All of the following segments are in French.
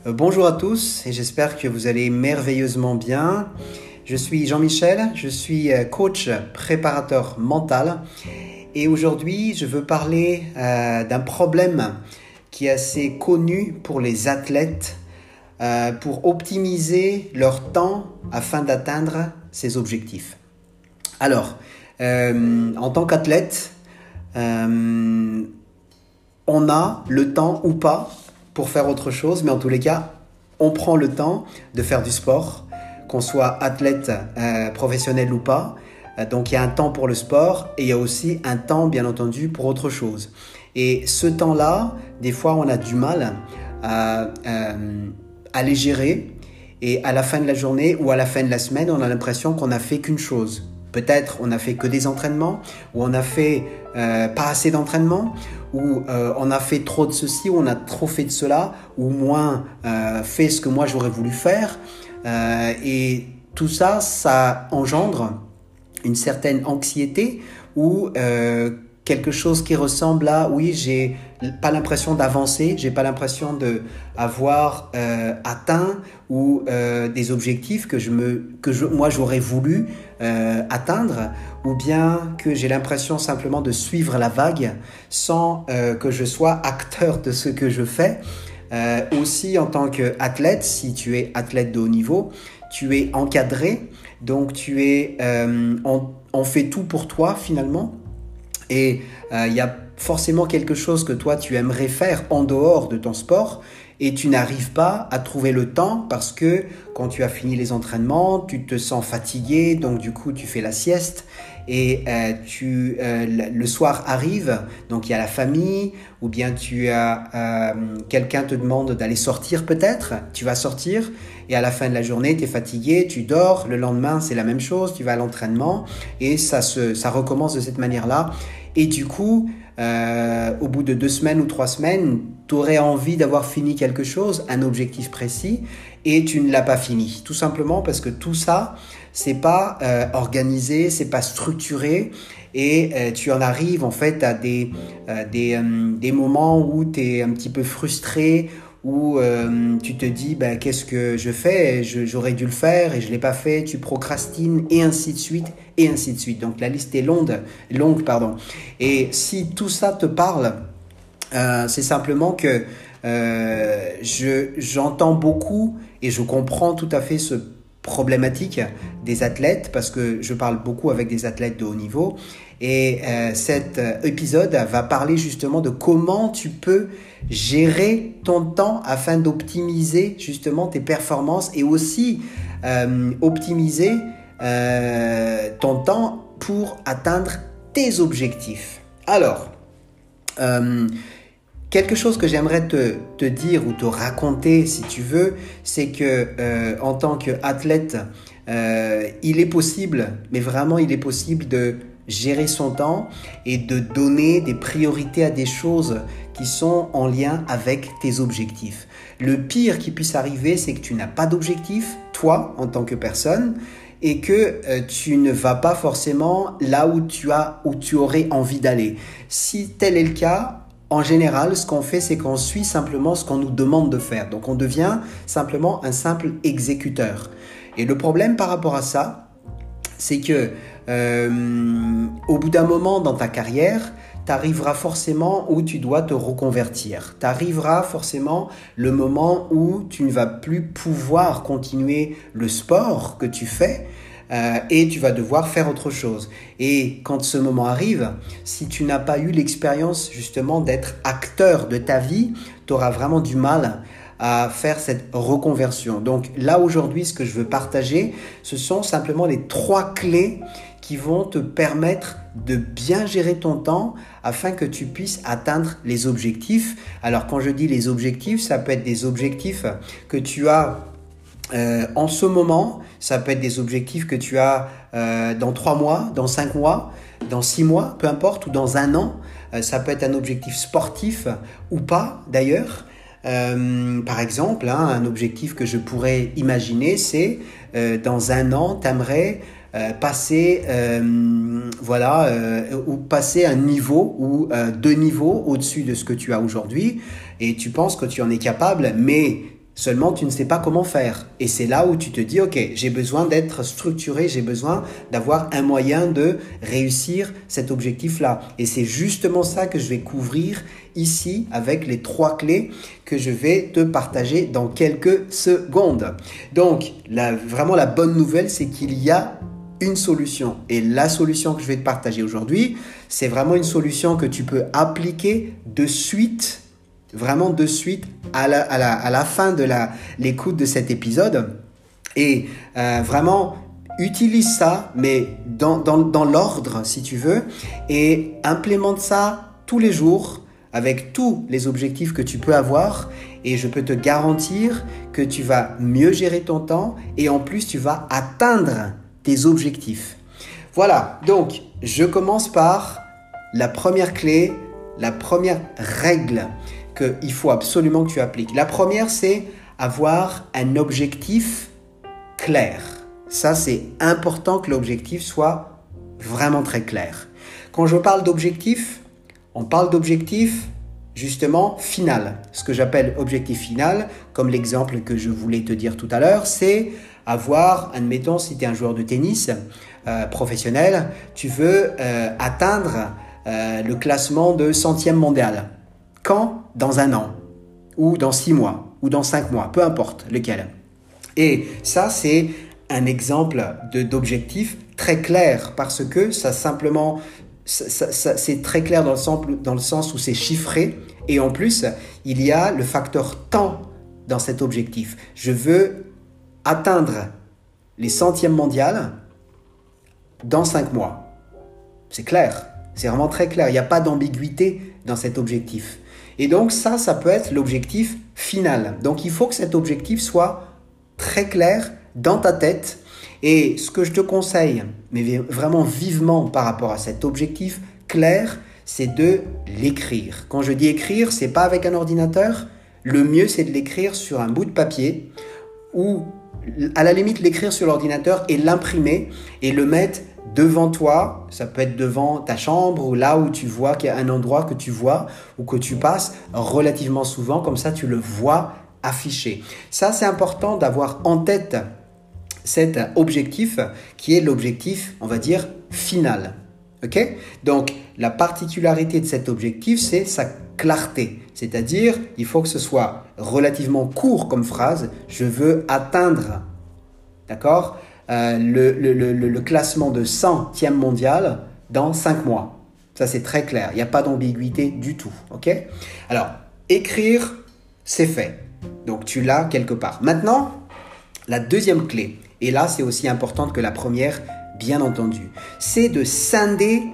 Bonjour à tous et j'espère que vous allez merveilleusement bien. Je suis Jean-Michel, je suis coach préparateur mental et aujourd'hui je veux parler d'un problème qui est assez connu pour les athlètes pour optimiser leur temps afin d'atteindre ses objectifs. Alors, en tant qu'athlète, on a le temps ou pas pour faire autre chose, mais en tous les cas, on prend le temps de faire du sport, qu'on soit athlète professionnel ou pas. Donc il y a un temps pour le sport et il y a aussi un temps, bien entendu, pour autre chose. Et ce temps-là, des fois, on a du mal à les gérer et à la fin de la journée ou à la fin de la semaine, on a l'impression qu'on n'a fait qu'une chose. Peut-être on n'a fait que des entraînements, ou on a fait pas assez d'entraînements, ou on a fait trop de ceci, ou on a trop fait de cela, ou moins fait ce que moi j'aurais voulu faire. Et tout ça, ça engendre une certaine anxiété ou quelque chose qui ressemble à oui, j'ai pas l'impression d'avancer, j'ai pas l'impression de avoir atteint ou des objectifs que moi j'aurais voulu atteindre, ou bien que j'ai l'impression simplement de suivre la vague sans que je sois acteur de ce que je fais. Aussi en tant qu'athlète, si tu es athlète de haut niveau, tu es encadré, donc on fait tout pour toi finalement. Et il y a forcément quelque chose que toi tu aimerais faire en dehors de ton sport et tu n'arrives pas à trouver le temps parce que quand tu as fini les entraînements, tu te sens fatigué, donc du coup tu fais la sieste et le soir arrive, donc il y a la famille ou bien quelqu'un te demande d'aller sortir peut-être, tu vas sortir et à la fin de la journée tu es fatigué, tu dors, le lendemain c'est la même chose, tu vas à l'entraînement et ça recommence de cette manière-là. Et du coup, au bout de 2 semaines ou 3 semaines, tu aurais envie d'avoir fini quelque chose, un objectif précis, et tu ne l'as pas fini. Tout simplement parce que tout ça, c'est pas organisé, c'est pas structuré, et tu en arrives en fait à des moments où tu es un petit peu frustré, où tu te dis qu'est-ce que je fais, j'aurais dû le faire et je l'ai pas fait, tu procrastines et ainsi de suite et ainsi de suite. Donc la liste est longue. Et si tout ça te parle, c'est simplement que j'entends beaucoup et je comprends tout à fait ce problématique des athlètes parce que je parle beaucoup avec des athlètes de haut niveau et cet épisode va parler justement de comment tu peux gérer ton temps afin d'optimiser justement tes performances et aussi optimiser ton temps pour atteindre tes objectifs. Alors, quelque chose que j'aimerais te dire ou te raconter si tu veux, c'est que en tant qu'athlète, il est possible, mais vraiment il est possible de gérer son temps et de donner des priorités à des choses qui sont en lien avec tes objectifs. Le pire qui puisse arriver, c'est que tu n'as pas d'objectif, toi, en tant que personne, et que tu ne vas pas forcément là où tu aurais envie d'aller. Si tel est le cas, en général, ce qu'on fait, c'est qu'on suit simplement ce qu'on nous demande de faire. Donc, on devient simplement un simple exécuteur. Et le problème par rapport à ça, c'est que au bout d'un moment dans ta carrière, tu arriveras forcément où tu dois te reconvertir. Tu arriveras forcément le moment où tu ne vas plus pouvoir continuer le sport que tu fais et tu vas devoir faire autre chose. Et quand ce moment arrive, si tu n'as pas eu l'expérience justement d'être acteur de ta vie, tu auras vraiment du mal à faire cette reconversion. Donc là aujourd'hui, ce que je veux partager, ce sont simplement les 3 clés qui vont te permettre de bien gérer ton temps afin que tu puisses atteindre les objectifs. Alors quand je dis les objectifs, ça peut être des objectifs que tu as en ce moment, ça peut être des objectifs que tu as dans 3 mois, dans 5 mois, dans 6 mois, peu importe, ou dans 1 an. Ça peut être un objectif sportif ou pas d'ailleurs. Par exemple, un objectif que je pourrais imaginer, c'est dans 1 an, tu aimerais passer ou passer un niveau ou 2 niveaux au-dessus de ce que tu as aujourd'hui et tu penses que tu en es capable, mais Seulement, tu ne sais pas comment faire. Et c'est là où tu te dis, ok, j'ai besoin d'être structuré, j'ai besoin d'avoir un moyen de réussir cet objectif-là. Et c'est justement ça que je vais couvrir ici avec les 3 clés que je vais te partager dans quelques secondes. Donc, vraiment la bonne nouvelle, c'est qu'il y a une solution. Et la solution que je vais te partager aujourd'hui, c'est vraiment une solution que tu peux appliquer de suite, vraiment de suite à la fin de l'écoute de cet épisode. Et vraiment, utilise ça, mais dans l'ordre, si tu veux, et implémente ça tous les jours avec tous les objectifs que tu peux avoir. Et je peux te garantir que tu vas mieux gérer ton temps et en plus, tu vas atteindre tes objectifs. Voilà, donc je commence par la première clé, la première règle qu'il faut absolument que tu appliques. La première, c'est avoir un objectif clair. Ça, c'est important que l'objectif soit vraiment très clair. Quand je parle d'objectif, on parle d'objectif justement final. Ce que j'appelle objectif final, comme l'exemple que je voulais te dire tout à l'heure, c'est avoir, admettons, si tu es un joueur de tennis professionnel, tu veux atteindre le classement de 100e mondial. Quand? Dans 1 an, ou dans 6 mois, ou dans 5 mois, peu importe lequel. Et ça, c'est un exemple d'objectif très clair, parce que ça simplement, c'est très clair dans le sens où c'est chiffré, et en plus, il y a le facteur temps dans cet objectif. Je veux atteindre les 100e mondiales dans 5 mois. C'est clair, c'est vraiment très clair. Il n'y a pas d'ambiguïté dans cet objectif. Et donc ça peut être l'objectif final. Donc il faut que cet objectif soit très clair dans ta tête. Et ce que je te conseille, mais vraiment vivement par rapport à cet objectif clair, c'est de l'écrire. Quand je dis écrire, c'est pas avec un ordinateur. Le mieux, c'est de l'écrire sur un bout de papier ou à la limite l'écrire sur l'ordinateur et l'imprimer et le mettre devant toi. Ça peut être devant ta chambre ou là où tu vois qu'il y a un endroit que tu vois ou que tu passes relativement souvent. Comme ça, tu le vois affiché. Ça, c'est important d'avoir en tête cet objectif qui est l'objectif, on va dire, final. Ok? Donc, la particularité de cet objectif, c'est sa clarté. C'est-à-dire, il faut que ce soit relativement court comme phrase. Je veux atteindre, d'accord, le classement de 100e mondial dans 5 mois. Ça, c'est très clair. Il n'y a pas d'ambiguïté du tout. Ok? Alors, écrire, c'est fait. Donc, tu l'as quelque part. Maintenant, la deuxième clé, et là, c'est aussi importante que la première, bien entendu, c'est de scinder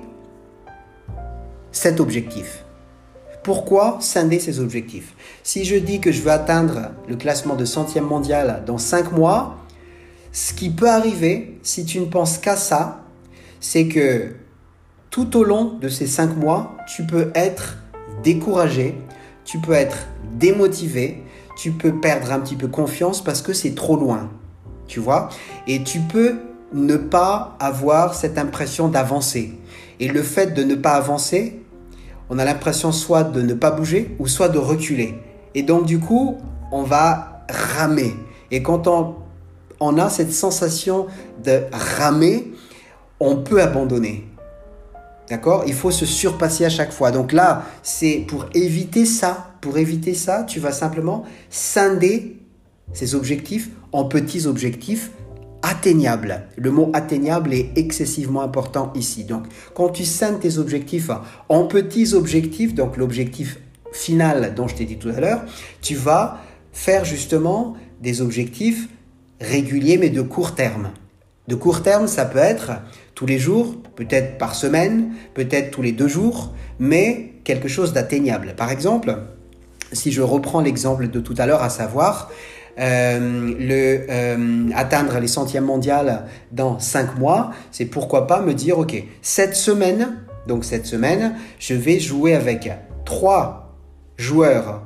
cet objectif. Pourquoi scinder ces objectifs? Si je dis que je veux atteindre le classement de 100e mondial dans 5 mois, ce qui peut arriver, si tu ne penses qu'à ça, c'est que tout au long de ces 5 mois, tu peux être découragé, tu peux être démotivé, tu peux perdre un petit peu confiance parce que c'est trop loin, tu vois? Et tu peux ne pas avoir cette impression d'avancer. Et le fait de ne pas avancer, on a l'impression soit de ne pas bouger ou soit de reculer. Et donc du coup, on va ramer. Et quand on a cette sensation de ramer, on peut abandonner. D'accord? Il faut se surpasser à chaque fois. Donc là, c'est pour éviter ça. Pour éviter ça, tu vas simplement scinder ces objectifs en petits objectifs atteignables. Le mot atteignable est excessivement important ici. Donc, quand tu scindes tes objectifs en petits objectifs, donc l'objectif final dont je t'ai dit tout à l'heure, tu vas faire justement des objectifs réguliers mais de court terme. De court terme, ça peut être tous les jours, peut-être par semaine, peut-être tous les 2 jours, mais quelque chose d'atteignable. Par exemple, si je reprends l'exemple de tout à l'heure, à savoir atteindre les 100e mondiales dans 5 mois, c'est pourquoi pas me dire, ok, cette semaine, je vais jouer avec 3 joueurs,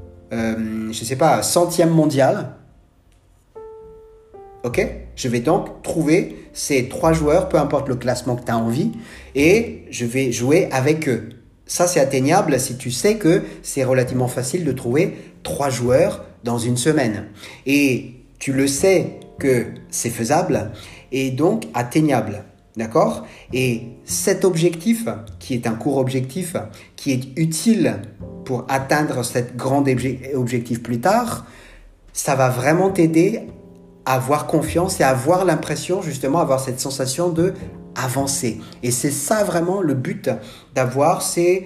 100e mondial. Ok? Je vais donc trouver ces 3 joueurs, peu importe le classement que tu as envie, et je vais jouer avec eux. Ça, c'est atteignable si tu sais que c'est relativement facile de trouver 3 joueurs dans une semaine. Et tu le sais que c'est faisable et donc atteignable. D'accord? Et cet objectif, qui est un court objectif, qui est utile pour atteindre cet grand objectif plus tard, ça va vraiment t'aider à avoir confiance et à avoir l'impression, justement, avoir cette sensation de avancer. Et c'est ça vraiment le but d'avoir, c'est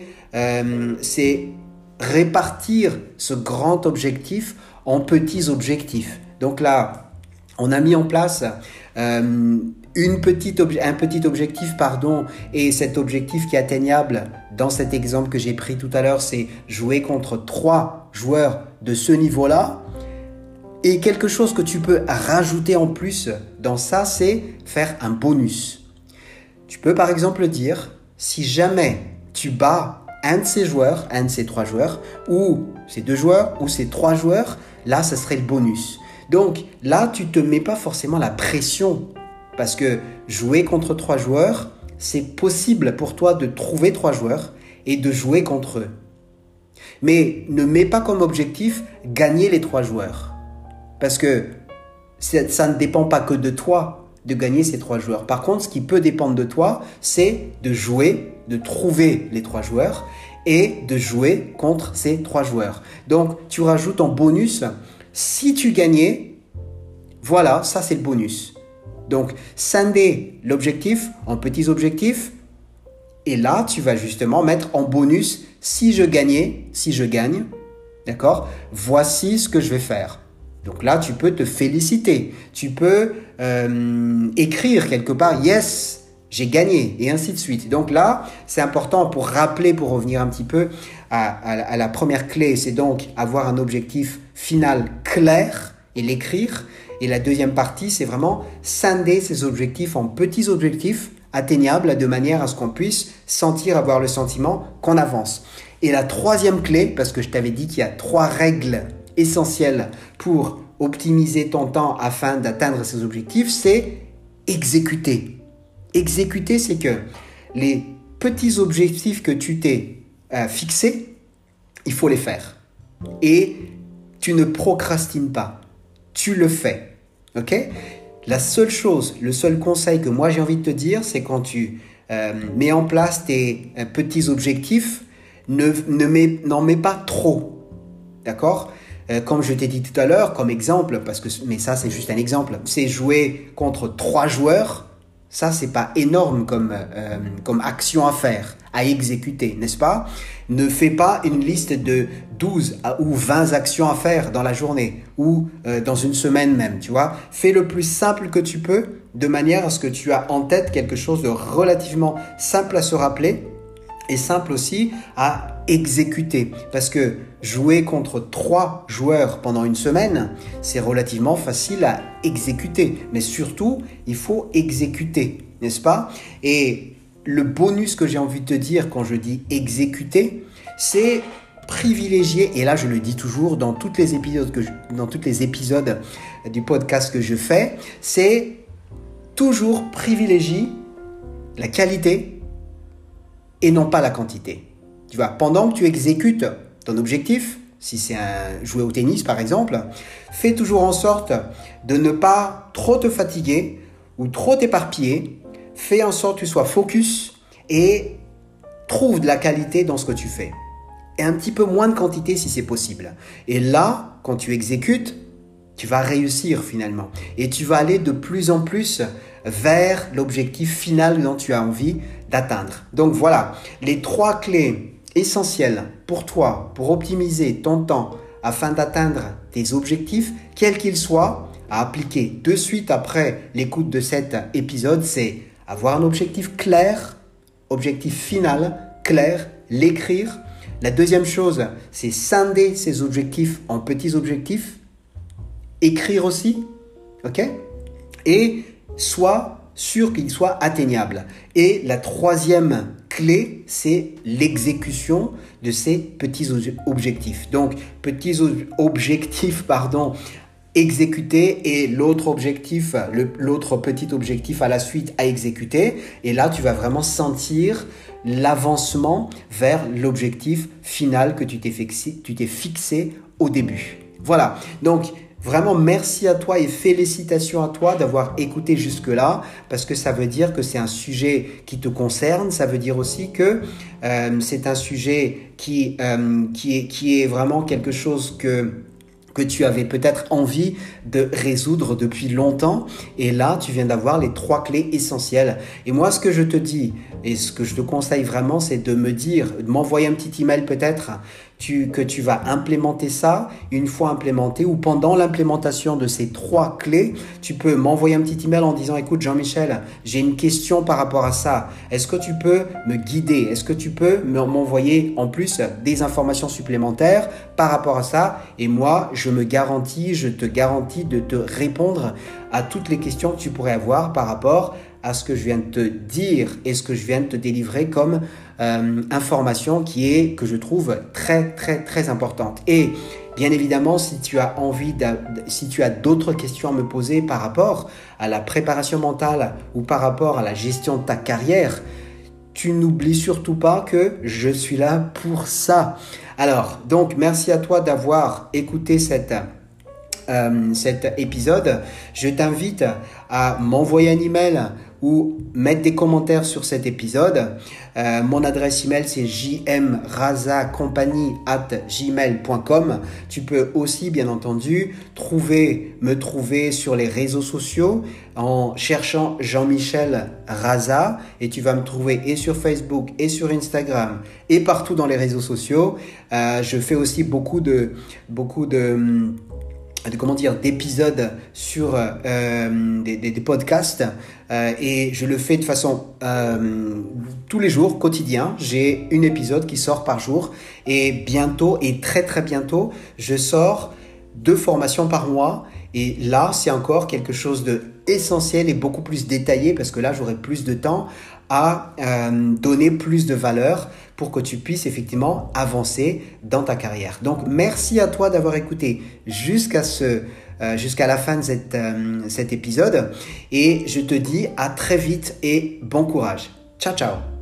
répartir ce grand objectif en petits objectifs. Donc là, on a mis en place un petit objectif, et cet objectif qui est atteignable, dans cet exemple que j'ai pris tout à l'heure, c'est jouer contre 3 joueurs de ce niveau-là. Et quelque chose que tu peux rajouter en plus dans ça, c'est faire un bonus. Tu peux par exemple dire, si jamais tu bats un de ces joueurs, un de ces 3 joueurs, ou ces 2 joueurs, ou ces 3 joueurs, là, ça serait le bonus. Donc là, tu ne te mets pas forcément la pression, parce que jouer contre 3 joueurs, c'est possible pour toi de trouver 3 joueurs et de jouer contre eux. Mais ne mets pas comme objectif gagner les 3 joueurs. Parce que ça ne dépend pas que de toi de gagner ces 3 joueurs. Par contre, ce qui peut dépendre de toi, c'est de jouer, de trouver les 3 joueurs et de jouer contre ces 3 joueurs. Donc, tu rajoutes en bonus, si tu gagnais, voilà, ça c'est le bonus. Donc, scinder l'objectif en petits objectifs. Et là, tu vas justement mettre en bonus, si je gagne, d'accord, voici ce que je vais faire. Donc là, tu peux te féliciter. Tu peux écrire quelque part, yes, j'ai gagné, et ainsi de suite. Donc là, c'est important pour rappeler, pour revenir un petit peu à la première clé, c'est donc avoir un objectif final clair et l'écrire. Et la deuxième partie, c'est vraiment scinder ces objectifs en petits objectifs atteignables de manière à ce qu'on puisse avoir le sentiment qu'on avance. Et la troisième clé, parce que je t'avais dit qu'il y a 3 règles essentielles pour optimiser ton temps afin d'atteindre ces objectifs, c'est exécuter. Exécuter, c'est que les petits objectifs que tu t'es fixés, il faut les faire. Et tu ne procrastines pas. Tu le fais. Ok ? La seule chose, le seul conseil que moi j'ai envie de te dire, c'est quand tu mets en place tes petits objectifs, n'en mets pas trop. D'accord ? Comme je t'ai dit tout à l'heure, comme exemple, mais ça c'est juste un exemple, c'est jouer contre 3 joueurs, ça c'est pas énorme comme action à faire, à exécuter, n'est-ce pas ? Ne fais pas une liste de 12 ou 20 actions à faire dans la journée ou dans une semaine même, tu vois. Fais le plus simple que tu peux de manière à ce que tu as en tête quelque chose de relativement simple à se rappeler et simple aussi à exécuter. Parce que jouer contre 3 joueurs pendant une semaine, c'est relativement facile à exécuter. Mais surtout, il faut exécuter, n'est-ce pas ? Et le bonus que j'ai envie de te dire quand je dis exécuter, c'est privilégier, et là je le dis toujours dans tous les épisodes du podcast que je fais, c'est toujours privilégier la qualité et non pas la quantité. Tu vois, pendant que tu exécutes ton objectif, si c'est jouer au tennis par exemple, fais toujours en sorte de ne pas trop te fatiguer ou trop t'éparpiller. Fais en sorte que tu sois focus et trouve de la qualité dans ce que tu fais. Et un petit peu moins de quantité si c'est possible. Et là, quand tu exécutes, tu vas réussir finalement. Et tu vas aller de plus en plus vers l'objectif final dont tu as envie d'atteindre. Donc voilà, les 3 clés essentielles pour toi, pour optimiser ton temps afin d'atteindre tes objectifs, quels qu'ils soient, à appliquer de suite après l'écoute de cet épisode, c'est avoir un objectif clair, objectif final, clair, l'écrire. La deuxième chose, c'est scinder ces objectifs en petits objectifs, écrire aussi, ok ? Et sois sûr qu'ils soient atteignables. Et la troisième clé, c'est l'exécution de ces petits objectifs. Donc, petits objectifs, exécuter et l'autre petit objectif à la suite à exécuter. Et là, tu vas vraiment sentir l'avancement vers l'objectif final que tu t'es fixé au début. Voilà, donc vraiment merci à toi et félicitations à toi d'avoir écouté jusque-là parce que ça veut dire que c'est un sujet qui te concerne, ça veut dire aussi que c'est un sujet qui est vraiment quelque chose que tu avais peut-être envie de résoudre depuis longtemps. Et là, tu viens d'avoir les 3 clés essentielles. Et moi, ce que je te dis, et ce que je te conseille vraiment, c'est de m'envoyer un petit email peut-être, que tu vas implémenter ça. Une fois implémenté ou pendant l'implémentation de ces 3 clés, tu peux m'envoyer un petit email en disant, écoute Jean-Michel, j'ai une question par rapport à ça. Est-ce que tu peux me guider? Est-ce que tu peux m'envoyer en plus des informations supplémentaires par rapport à ça? Et moi, je te garantis de te répondre à toutes les questions que tu pourrais avoir par rapport à ce que je viens de te dire et ce que je viens de te délivrer comme information que je trouve très, très, très importante. Et bien évidemment, si tu as d'autres questions à me poser par rapport à la préparation mentale ou par rapport à la gestion de ta carrière, tu n'oublies surtout pas que je suis là pour ça. Alors, donc, merci à toi d'avoir écouté cet épisode. Je t'invite à m'envoyer un email ou mettre des commentaires sur cet épisode. Mon adresse email c'est jmrazacompagnie@gmail.com. Tu peux aussi bien entendu me trouver sur les réseaux sociaux en cherchant Jean-Michel Raza et tu vas me trouver et sur Facebook et sur Instagram et partout dans les réseaux sociaux. Je fais aussi beaucoup d'épisodes sur des podcasts et je le fais de façon tous les jours, quotidien. J'ai un épisode qui sort par jour et bientôt et très très bientôt, je sors 2 formations par mois et là, c'est encore quelque chose d'essentiel et beaucoup plus détaillé parce que là, j'aurai plus de temps à donner plus de valeur pour que tu puisses effectivement avancer dans ta carrière. Donc, merci à toi d'avoir écouté jusqu'à la fin de cet épisode et je te dis à très vite et bon courage. Ciao, ciao.